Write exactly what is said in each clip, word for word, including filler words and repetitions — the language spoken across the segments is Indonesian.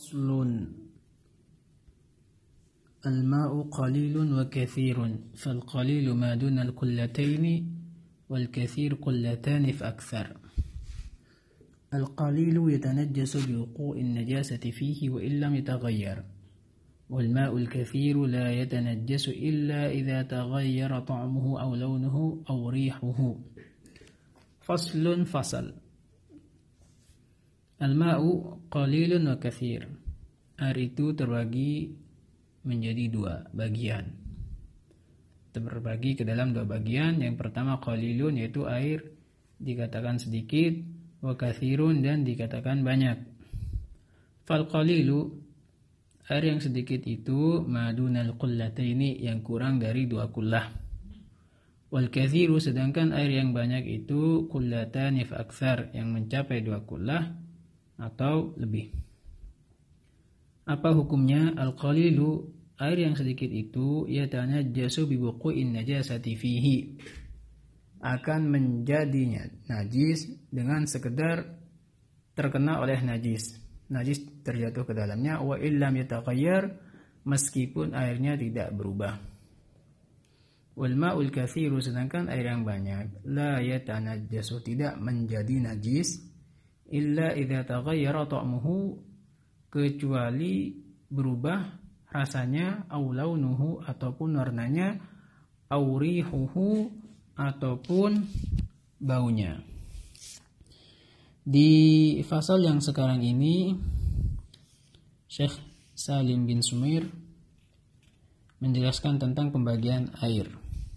Faslun. Al-ma'u qalilun wa kathirun, fal qalilu ma duna al-qullataini wal kathir qullatani fa akthar. Al-qalilu yatanajjasu biwuqu'i an-najasati fihi wa illam yataghayyar, wal ma'u al-kathiru la yatanajjasu illa idha taghayyara ta'muhu aw lawnuhu aw rihuhu. Faslun fasal. Al-ma'u qalilun wa kathir. Air itu terbagi menjadi dua bagian. Terbagi ke dalam dua bagian. Yang pertama qalilun, yaitu air dikatakan sedikit, wa kathirun, dan dikatakan banyak. Fal qalilu, air yang sedikit itu madunal qullataini, yang kurang dari dua kullah. Wal kathiru, sedangkan air yang banyak itu qullatani fa akthar, yang mencapai dua kullah atau lebih. Apa hukumnya? Al-qalilu, air yang sedikit itu yatanajjasu bi wuqu'in najasati fihi, akan menjadi najis dengan sekedar terkena oleh najis. Najis terjatuh ke dalamnya, wa illam yataghayyar, meskipun airnya tidak berubah. Wal ma'ul kathiru, sedangkan air yang banyak, la yatanajjasu, tidak menjadi najis, illa idza taghayyara ta'muhu, kecuali berubah rasanya, aw launuhu, ataupun warnanya, aw rihuhu, ataupun baunya. Di fasal yang sekarang ini Syekh Salim bin Sumair menjelaskan tentang pembagian air.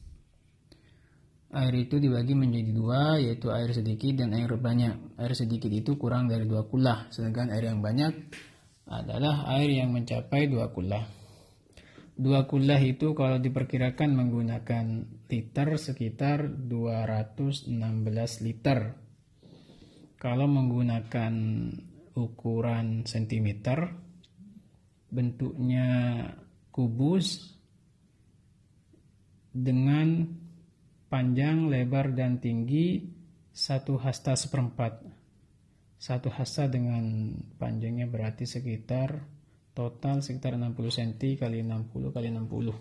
Air itu dibagi menjadi dua, yaitu air sedikit dan air banyak. Air sedikit itu kurang dari dua kullah, sedangkan air yang banyak adalah air yang mencapai dua kullah. Dua kullah itu kalau diperkirakan menggunakan liter sekitar dua ratus enam belas liter. Kalau menggunakan ukuran sentimeter, bentuknya kubus dengan panjang, lebar, dan tinggi satu hasta seperempat. Satu hasta dengan panjangnya berarti sekitar total sekitar enam puluh sentimeter kali enam puluh kali enam puluh.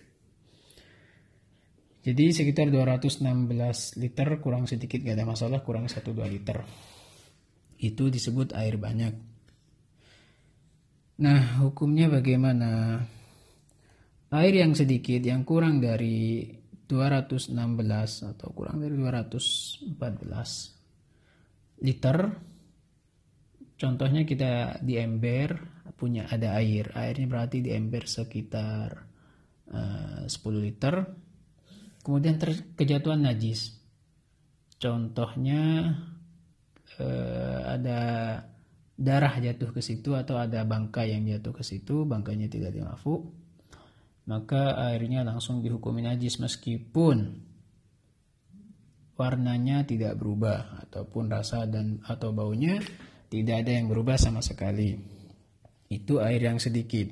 Jadi sekitar dua ratus enam belas liter, kurang sedikit, gak ada masalah, kurang satu sampai dua liter. Itu disebut air banyak. Nah, hukumnya bagaimana? Air yang sedikit, yang kurang dari dua ratus enam belas atau kurang dari dua ratus empat belas liter. Contohnya kita di ember punya ada air. Airnya berarti di ember sekitar uh, sepuluh liter. Kemudian terkejatuhan najis. Contohnya uh, ada darah jatuh ke situ atau ada bangkai yang jatuh ke situ, bangkainya tidak dimafu, maka airnya langsung dihukumi najis meskipun warnanya tidak berubah ataupun rasa dan atau baunya tidak ada yang berubah sama sekali. Itu air yang sedikit.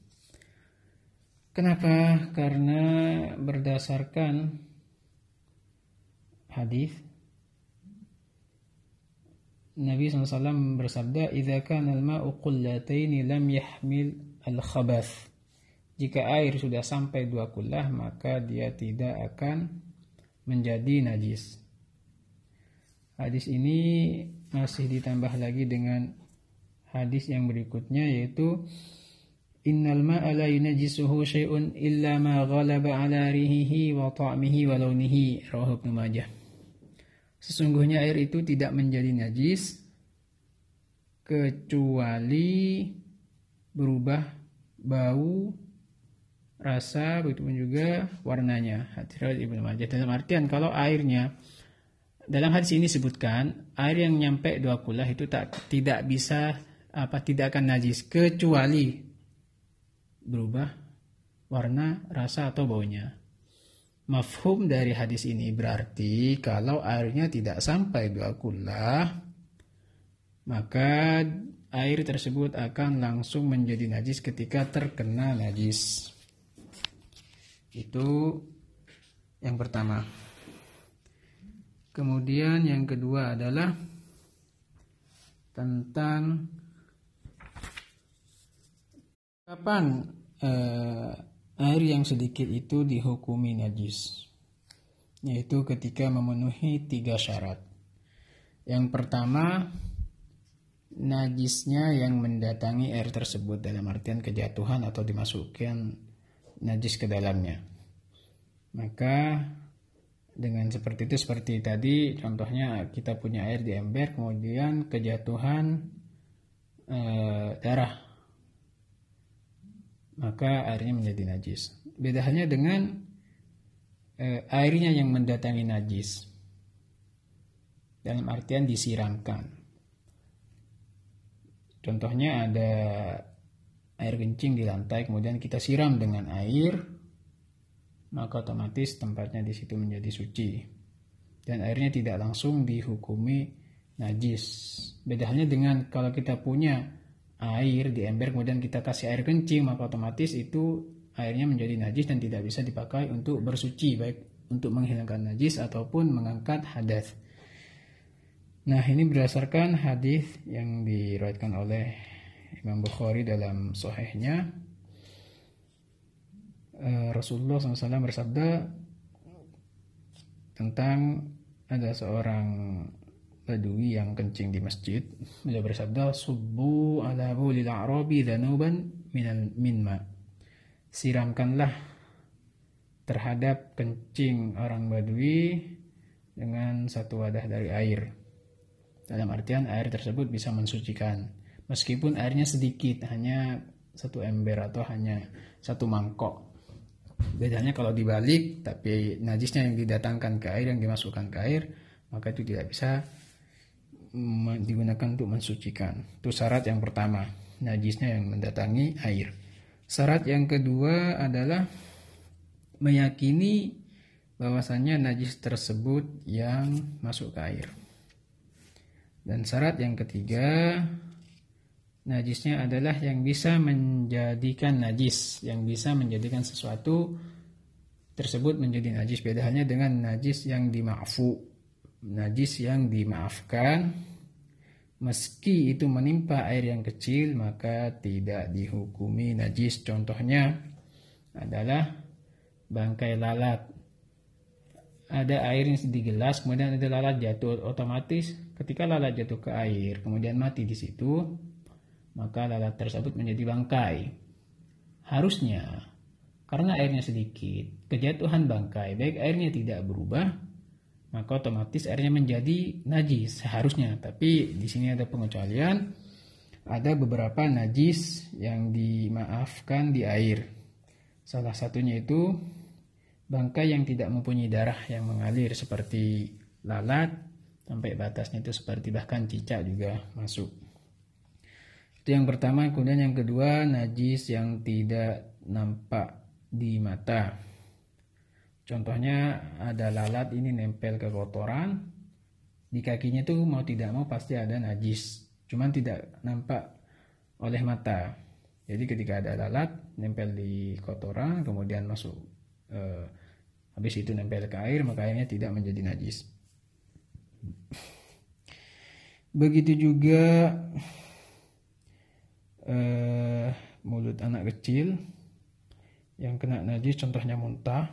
Kenapa? Karena berdasarkan hadis Nabi shallallahu alaihi wasallam bersabda, "Idza kana al-ma'u qullataini lam yahmil al-khabath." Jika air sudah sampai dua kullah, maka dia tidak akan menjadi najis. Hadis ini masih ditambah lagi dengan hadis yang berikutnya, yaitu innal ma'a la yunajjisuhu syai'un illa ma ghalaba ala rihihi wa ta'mihi wa launihi, rawahu Ibnu Majah. Sesungguhnya air itu tidak menjadi najis kecuali berubah bau, rasa, begitupun juga warnanya. Hadis riwayat Ibnu Majah. Dalam artian kalau airnya, dalam hadis ini disebutkan air yang nyampe dua kullah itu tak tidak bisa apa tidak akan najis kecuali berubah warna, rasa, atau baunya. Mafhum dari hadis ini berarti kalau airnya tidak sampai dua kullah, maka air tersebut akan langsung menjadi najis ketika terkena najis. Itu yang pertama. Kemudian yang kedua adalah tentang Kapan eh, air yang sedikit itu dihukumi najis? Yaitu ketika memenuhi tiga syarat. Yang pertama, najisnya yang mendatangi air tersebut, dalam artian kejatuhan atau dimasukkan najis ke dalamnya. Maka dengan seperti itu, seperti tadi contohnya kita punya air di ember, kemudian kejatuhan e, darah, maka airnya menjadi najis. Beda halnya dengan e, airnya yang mendatangi najis, dalam artian disiramkan. Contohnya ada air kencing di lantai, kemudian kita siram dengan air, maka otomatis tempatnya di situ menjadi suci dan airnya tidak langsung dihukumi najis. Beda halnya dengan kalau kita punya air di ember kemudian kita kasih air kencing, maka otomatis itu airnya menjadi najis dan tidak bisa dipakai untuk bersuci, baik untuk menghilangkan najis ataupun mengangkat hadas. Nah, ini berdasarkan hadis yang diriwayatkan oleh Imam Bukhari dalam Sahihnya. Rasulullah shallallahu alaihi wasallam bersabda tentang ada seorang badui yang kencing di masjid. Beliau bersabda, "Subbu ala bulil a'rabi dhanuban minal minma." Siramkanlah terhadap kencing orang badui dengan satu wadah dari air. Dalam artian air tersebut bisa mensucikan, meskipun airnya sedikit, hanya satu ember atau hanya satu mangkok. Bedanya kalau dibalik, tapi najisnya yang didatangkan ke air, yang dimasukkan ke air, maka itu tidak bisa digunakan untuk mensucikan. Itu syarat yang pertama, najisnya yang mendatangi air. Syarat yang kedua adalah meyakini bahwasannya najis tersebut yang masuk ke air. Dan syarat yang ketiga, najisnya adalah yang bisa menjadikan najis, yang bisa menjadikan sesuatu tersebut menjadi najis. Beda halnya dengan najis yang dima'fu, najis yang dimaafkan, meski itu menimpa air yang kecil, maka tidak dihukumi najis. Contohnya adalah bangkai lalat. Ada air yang di gelas, kemudian ada lalat jatuh, otomatis ketika lalat jatuh ke air, kemudian mati di situ, maka lalat tersebut menjadi bangkai. Harusnya, karena airnya sedikit, kejatuhan bangkai, baik airnya tidak berubah, maka otomatis airnya menjadi najis seharusnya. Tapi di sini ada pengecualian, ada beberapa najis yang dimaafkan di air. Salah satunya itu bangkai yang tidak mempunyai darah yang mengalir, seperti lalat, sampai batasnya itu seperti bahkan cicak juga masuk. Itu yang pertama. Kemudian yang kedua, najis yang tidak nampak di mata. Contohnya ada lalat ini nempel ke kotoran, di kakinya tuh mau tidak mau pasti ada najis, cuman tidak nampak oleh mata. Jadi ketika ada lalat nempel di kotoran, kemudian masuk eh, habis itu nempel ke air, maka airnya tidak menjadi najis. Begitu juga eh, mulut anak kecil yang kena najis, contohnya muntah,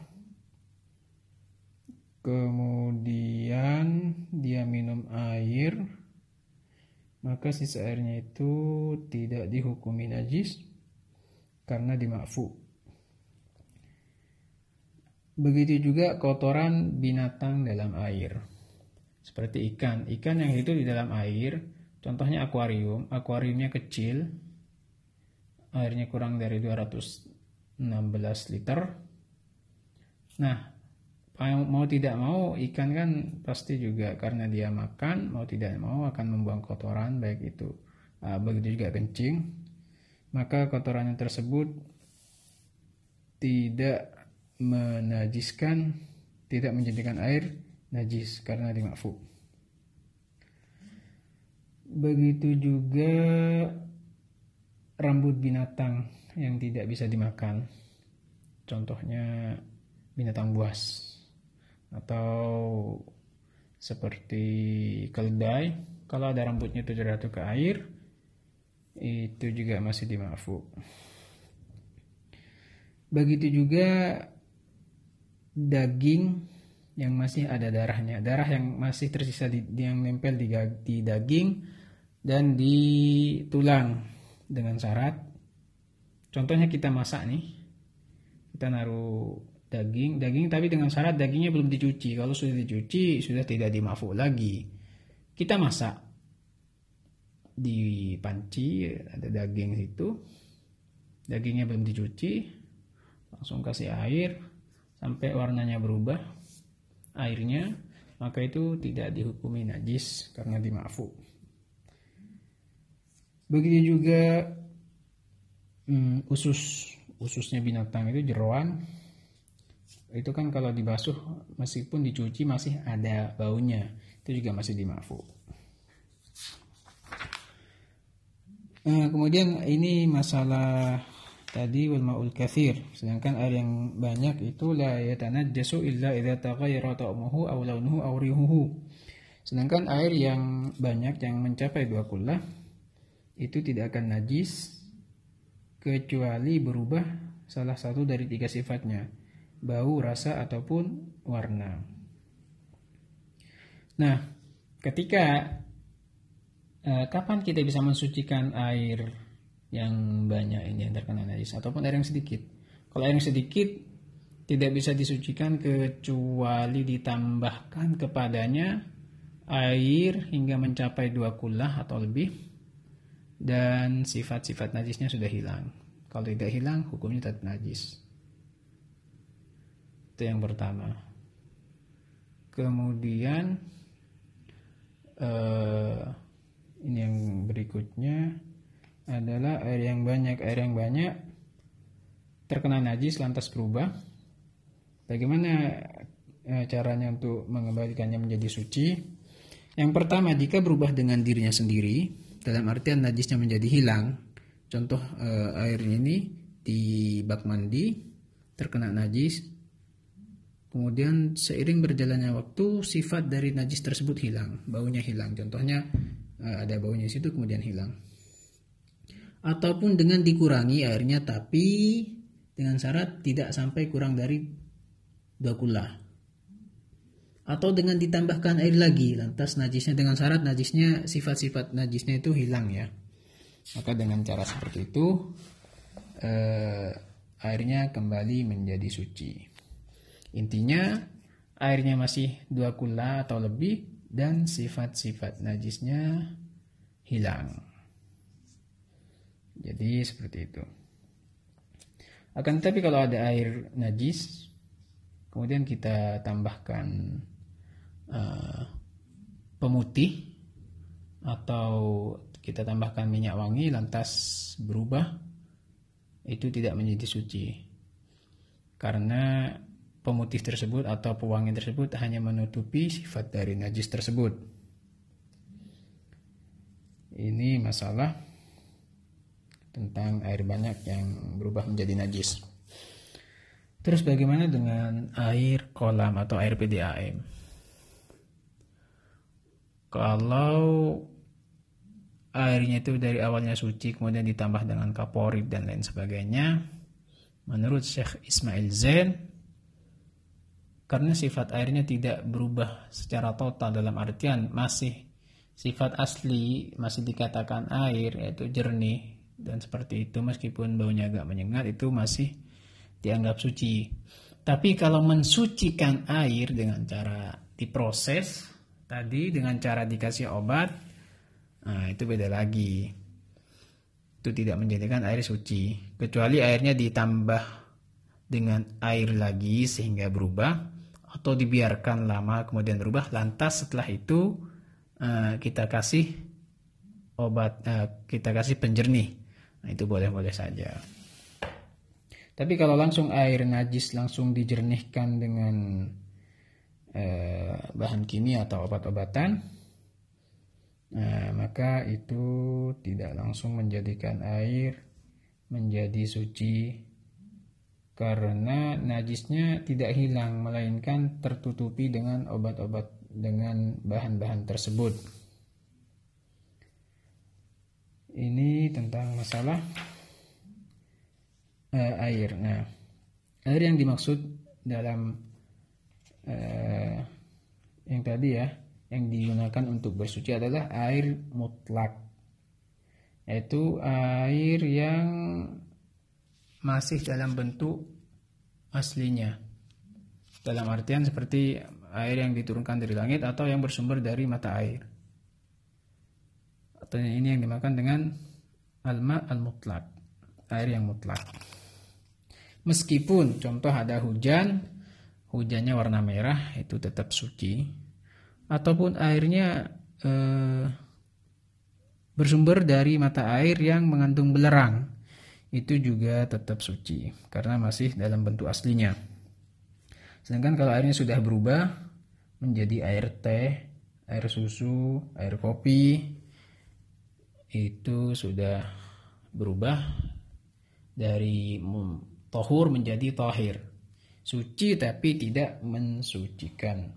kemudian dia minum air, maka sisa airnya itu tidak dihukumi najis karena dimakfu. Begitu juga kotoran binatang dalam air, seperti ikan. Ikan yang hidup di dalam air, contohnya akuarium. Akuariumnya kecil, airnya kurang dari dua ratus enam belas liter. Nah, mau tidak mau ikan kan pasti juga karena dia makan, mau tidak mau akan membuang kotoran, baik itu uh, begitu juga kencing. Maka kotorannya tersebut tidak menajiskan, tidak menjadikan air najis karena dimakfu. Begitu juga rambut binatang yang tidak bisa dimakan, contohnya binatang buas atau seperti keledai. Kalau ada rambutnya itu jatuh ke air, itu juga masih dimakfu. Begitu juga daging yang masih ada darahnya, darah yang masih tersisa di, yang nempel di, di daging dan di tulang, dengan syarat, contohnya kita masak nih, kita naruh daging, daging tapi dengan syarat dagingnya belum dicuci. Kalau sudah dicuci sudah tidak dimafu lagi. Kita masak di panci, ada daging situ, dagingnya belum dicuci, langsung kasih air sampai warnanya berubah airnya, maka itu tidak dihukumi najis karena dimafu. Begitu juga hmm, usus ususnya binatang itu, jeroan itu kan kalau dibasuh meskipun dicuci masih ada baunya, itu juga masih dimafu. Nah, kemudian ini masalah tadi wal ma'ul katsir, sedangkan air yang banyak itu la yatanajjasu illa idza taghayyara ta'muhu aw launuhu aw rihuhu. Sedangkan air yang banyak yang mencapai dua kullah itu tidak akan najis kecuali berubah salah satu dari tiga sifatnya, bau, rasa ataupun warna. Nah, ketika eh, kapan kita bisa mensucikan air yang banyak ini yang terkena najis ataupun air yang sedikit? Kalau air yang sedikit tidak bisa disucikan kecuali ditambahkan kepadanya air hingga mencapai dua kullah atau lebih dan sifat-sifat najisnya sudah hilang. Kalau tidak hilang, hukumnya tetap najis. Itu yang pertama. Kemudian eh, ini yang berikutnya adalah air yang banyak. Air yang banyak terkena najis lantas berubah. Bagaimana eh, caranya untuk mengembalikannya menjadi suci? Yang pertama, jika berubah dengan dirinya sendiri, dalam artian najisnya menjadi hilang. Contoh eh, air ini di bak mandi terkena najis, kemudian seiring berjalannya waktu sifat dari najis tersebut hilang, baunya hilang. Contohnya eh, ada baunya di situ kemudian hilang. Ataupun dengan dikurangi airnya tapi dengan syarat tidak sampai kurang dari dua kullah. Atau dengan ditambahkan air lagi, lantas najisnya dengan syarat najisnya sifat-sifat najisnya itu hilang ya. Maka dengan cara seperti itu eh, airnya kembali menjadi suci. Intinya airnya masih dua kullah atau lebih dan sifat-sifat najisnya hilang. Jadi seperti itu. Akan tetapi kalau ada air najis, kemudian kita tambahkan uh, pemutih atau kita tambahkan minyak wangi lantas berubah, itu tidak menjadi suci. Karena pemutih tersebut atau pewangi tersebut hanya menutupi sifat dari najis tersebut. Ini masalah tentang air banyak yang berubah menjadi najis. Terus bagaimana dengan air kolam atau air P D A M? Kalau airnya itu dari awalnya suci kemudian ditambah dengan kaporit dan lain sebagainya, menurut Syekh Ismail Zain, karena sifat airnya tidak berubah secara total, dalam artian masih sifat asli masih dikatakan air, yaitu jernih dan seperti itu, meskipun baunya agak menyengat, itu masih dianggap suci. Tapi kalau mensucikan air dengan cara diproses tadi, dengan cara dikasih obat, nah itu beda lagi. Itu tidak menjadikan air suci, kecuali airnya ditambah dengan air lagi sehingga berubah, atau dibiarkan lama kemudian berubah, lantas setelah itu uh, kita kasih obat, uh, kita kasih penjernih. Nah, itu boleh-boleh saja. Tapi kalau langsung air najis langsung dijernihkan dengan eh, bahan kimia atau obat-obatan, nah, maka itu tidak langsung menjadikan air menjadi suci, karena najisnya tidak hilang, melainkan tertutupi dengan obat-obat, dengan bahan-bahan tersebut. Ini tentang masalah uh, air. Nah, air yang dimaksud dalam eh, yang tadi ya, yang digunakan untuk bersuci adalah air mutlak, yaitu air yang masih dalam bentuk aslinya, dalam artian seperti air yang diturunkan dari langit atau yang bersumber dari mata air, atau ini yang dimakan dengan al-ma al-mutlak, air yang mutlak. Meskipun contoh ada hujan, hujannya warna merah, itu tetap suci, ataupun airnya eh, bersumber dari mata air yang mengandung belerang, itu juga tetap suci karena masih dalam bentuk aslinya. Sedangkan kalau airnya sudah berubah menjadi air teh, air susu, air kopi, itu sudah berubah dari tohur menjadi tohir, suci tapi tidak mensucikan.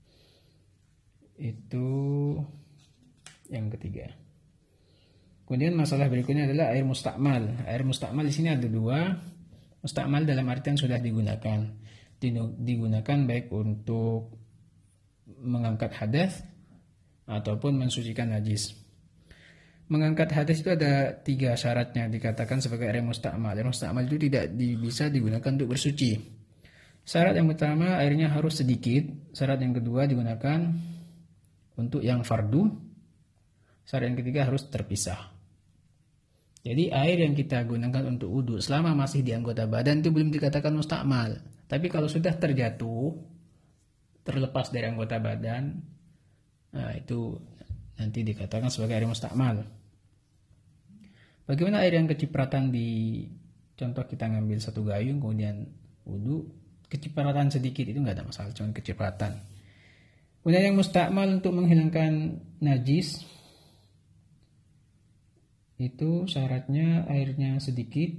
Itu yang ketiga. Kemudian masalah berikutnya adalah air mustakmal. Air mustakmal di sini ada dua. Mustakmal dalam artian sudah digunakan, digunakan baik untuk mengangkat hadas ataupun mensucikan najis. Mengangkat hadas itu ada tiga syaratnya, dikatakan sebagai air mustakmal. Air mustakmal itu tidak di, bisa digunakan untuk bersuci. Syarat yang pertama, airnya harus sedikit. Syarat yang kedua, digunakan untuk yang fardu. Syarat yang ketiga, harus terpisah. Jadi air yang kita gunakan untuk wudhu selama masih di anggota badan itu belum dikatakan mustakmal. Tapi kalau sudah terjatuh, terlepas dari anggota badan, nah itu nanti dikatakan sebagai air mustakmal. Bagaimana air yang kecipratan di contoh kita ngambil satu gayung kemudian wudhu, kecipratan sedikit itu nggak ada masalah, cuma kecipratan. Kemudian yang mustakmal untuk menghilangkan najis, itu syaratnya airnya sedikit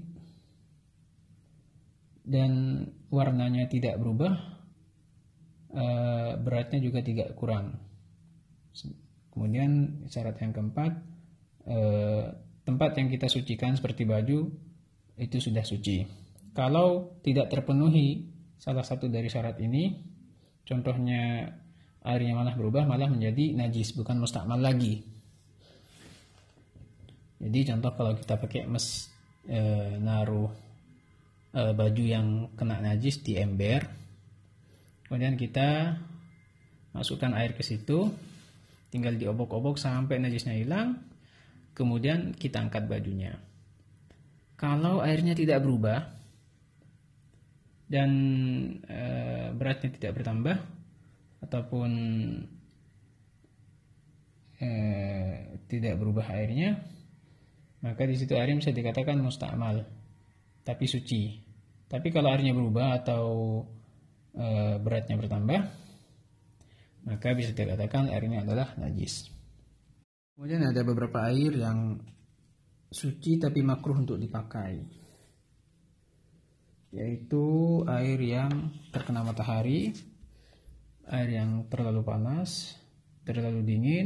dan warnanya tidak berubah, beratnya juga tidak kurang. Kemudian syarat yang keempat, tempat yang kita sucikan seperti baju itu sudah suci. Kalau tidak terpenuhi salah satu dari syarat ini, contohnya airnya malah berubah, malah menjadi najis, bukan mustakmal lagi. Jadi contoh kalau kita pakai mes e, naruh e, baju yang kena najis di ember, kemudian kita masukkan air ke situ, tinggal diobok-obok sampai najisnya hilang, kemudian kita angkat bajunya. Kalau airnya tidak berubah dan e, beratnya tidak bertambah ataupun e, tidak berubah airnya, maka di situ airnya bisa dikatakan mustakmal, tapi suci. Tapi kalau airnya berubah atau e, beratnya bertambah, maka bisa dikatakan airnya adalah najis. Kemudian ada beberapa air yang suci tapi makruh untuk dipakai, yaitu air yang terkena matahari, air yang terlalu panas, terlalu dingin,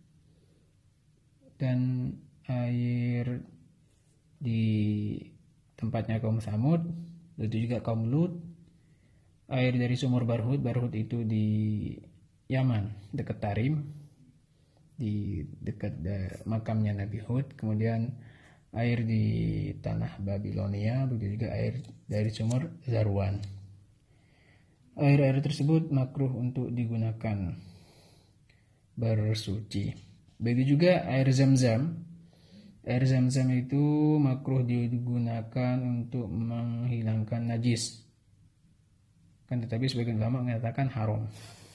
dan air di tempatnya kaum Samud, itu juga kaum Lut, air dari sumur Barhud. Barhud itu di Yaman, dekat Tarim, di dekat makamnya Nabi Hud. Kemudian air di tanah Babilonia, begitu juga air dari sumur Zarwan. Air-air tersebut makruh untuk digunakan bersuci. Begitu juga air Zam-Zam. Air Zam-Zam itu makruh digunakan untuk menghilangkan najis. Kan tetapi sebagian ulama mengatakan haram.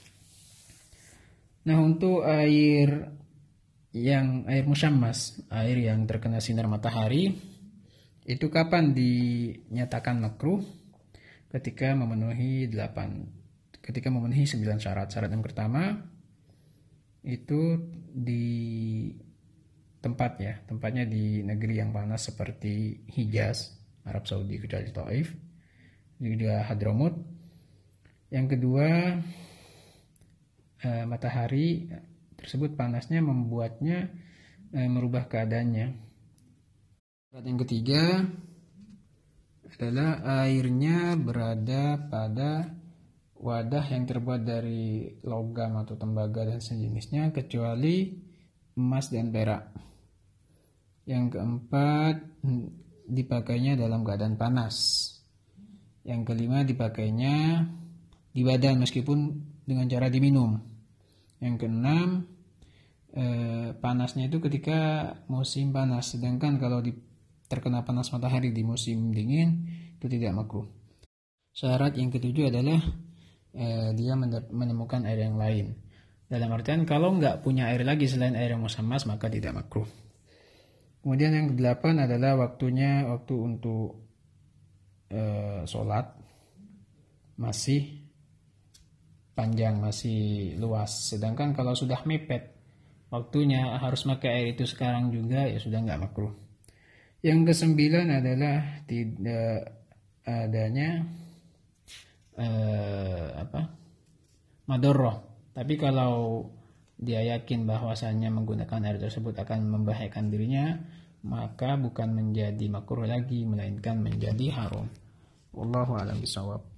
Nah, untuk air yang air musyammas, air yang terkena sinar matahari, itu kapan dinyatakan makruh? Ketika memenuhi delapan, ketika memenuhi sembilan syarat. Syarat yang pertama itu di tempat ya, tempatnya di negeri yang panas seperti Hijaz, Arab Saudi kecuali Taif, juga Hadramut. Yang kedua, eh, matahari tersebut panasnya membuatnya eh, merubah keadaannya. Yang ketiga, adalah airnya berada pada wadah yang terbuat dari logam atau tembaga dan sejenisnya kecuali emas dan perak. Yang keempat, dipakainya dalam keadaan panas. Yang kelima, dipakainya di badan meskipun dengan cara diminum. Yang keenam, eh, panasnya itu ketika musim panas, sedangkan kalau di, terkena panas matahari di musim dingin itu tidak makruh. Syarat yang ketujuh adalah eh, dia menemukan air yang lain. Dalam artian kalau nggak punya air lagi selain air yang musammas maka tidak makruh. Kemudian yang kedelapan adalah waktunya waktu untuk eh, sholat masih panjang, masih luas. Sedangkan kalau sudah mepet waktunya harus pakai air itu sekarang juga, ya sudah nggak makruh. Yang kesembilan adalah tidak adanya eh, apa madorroh. Tapi kalau dia yakin bahwasannya menggunakan air tersebut akan membahayakan dirinya, maka bukan menjadi makruh lagi, melainkan menjadi haram. Wallahu a'lam bishawab.